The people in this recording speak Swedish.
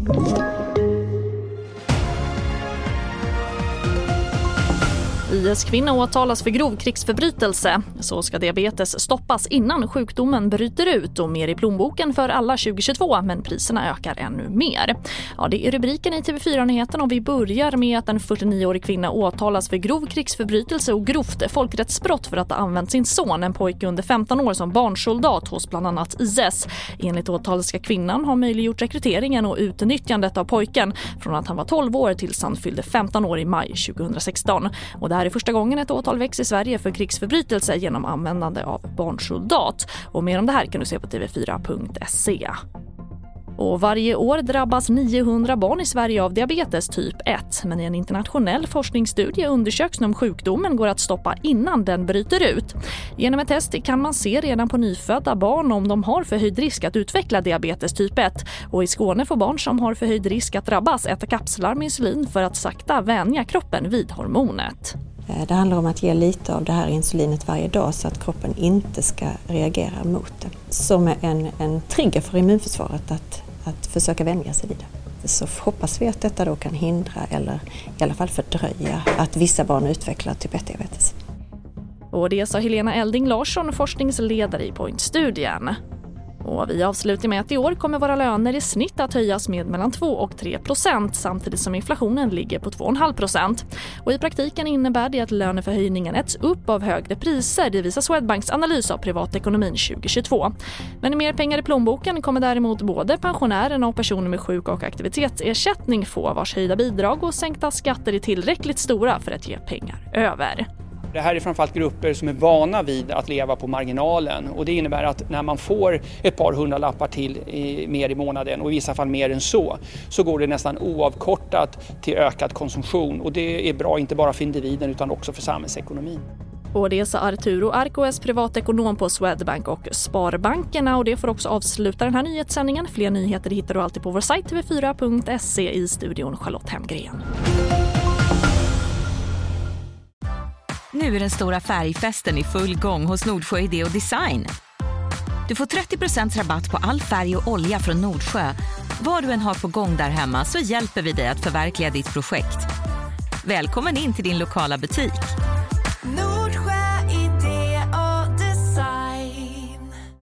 IS-kvinna åtalas för grov krigsförbrytelse. Så ska diabetes stoppas innan sjukdomen bryter ut, och mer i plånboken för alla 2022, men priserna ökar ännu mer. Ja, det är rubriken i TV4-nyheten, och vi börjar med att en 49-årig kvinna åtalas för grov krigsförbrytelse och grovt folkrättsbrott för att ha använt sin son, en pojke under 15 år, som barnsoldat hos bland annat IS. Enligt åtalet ska kvinnan ha möjliggjort rekryteringen och utnyttjandet av pojken från att han var 12 år tills han fyllde 15 år i maj 2016. Och det här är första gången ett åtal väcks i Sverige för krigsförbrytelse genom användande av barnsoldat. Och mer om det här kan du se på tv4.se. Och varje år drabbas 900 barn i Sverige av diabetes typ 1. Men i en internationell forskningsstudie undersöks om sjukdomen går att stoppa innan den bryter ut. Genom ett test kan man se redan på nyfödda barn om de har förhöjd risk att utveckla diabetes typ 1. Och i Skåne får barn som har förhöjd risk att drabbas äta kapslar med insulin för att sakta vänja kroppen vid hormonet. Det handlar om att ge lite av det här insulinet varje dag så att kroppen inte ska reagera mot det. Som en trigger för immunförsvaret att försöka vänja sig vid det. Så hoppas vi att detta då kan hindra eller i alla fall fördröja att vissa barn utvecklar typ 1-diabetes. Och det sa Helena Elding Larsson, forskningsledare i Point-studien. Och vi avslutar med att i år kommer våra löner i snitt att höjas med mellan 2 och 3% samtidigt som inflationen ligger på 2,5%. Och i praktiken innebär det att löneförhöjningen äts upp av högre priser, det visar Swedbanks analys av privatekonomin 2022. Men mer pengar i plånboken kommer däremot både pensionärerna och personer med sjuk- och aktivitetsersättning få, vars höjda bidrag och sänkta skatter är tillräckligt stora för att ge pengar över. Det här är framförallt grupper som är vana vid att leva på marginalen, och det innebär att när man får ett par hundralappar till mer i månaden, och i vissa fall mer än så går det nästan oavkortat till ökad konsumtion, och det är bra inte bara för individen utan också för samhällsekonomin. Och det sa Arturo Arcoes, privatekonom på Swedbank och Sparbankerna, och det får också avsluta den här nyhetssändningen. Fler nyheter hittar du alltid på vår sajt tv4.se. I studion Charlotte Hemgren. Nu är den stora färgfesten i full gång hos Nordsjö Idé och Design. Du får 30% rabatt på all färg och olja från Nordsjö. Vad du än har på gång där hemma så hjälper vi dig att förverkliga ditt projekt. Välkommen in till din lokala butik.